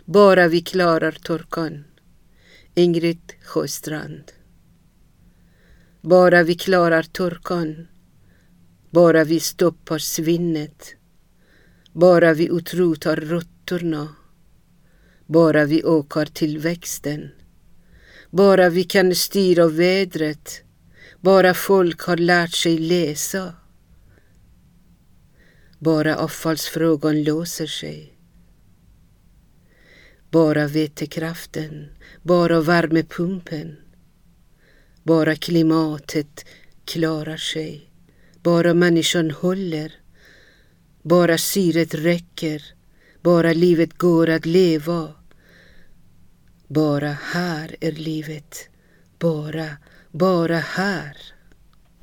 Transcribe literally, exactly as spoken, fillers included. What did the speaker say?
Bara vi klarar torkan. Ingrid Sjöstrand. Bara vi klarar torkan. Bara vi stoppar svinnet. Bara vi utrotar råttorna. Bara vi åker till växten. Bara vi kan styra vädret. Bara folk har lärt sig läsa. Bara avfallsfrågan låser sig. Bara vetekraften, bara värmepumpen. Bara klimatet klarar sig. Bara människan håller. Bara syret räcker. Bara livet går att leva. Bara här är livet. Bara, bara här.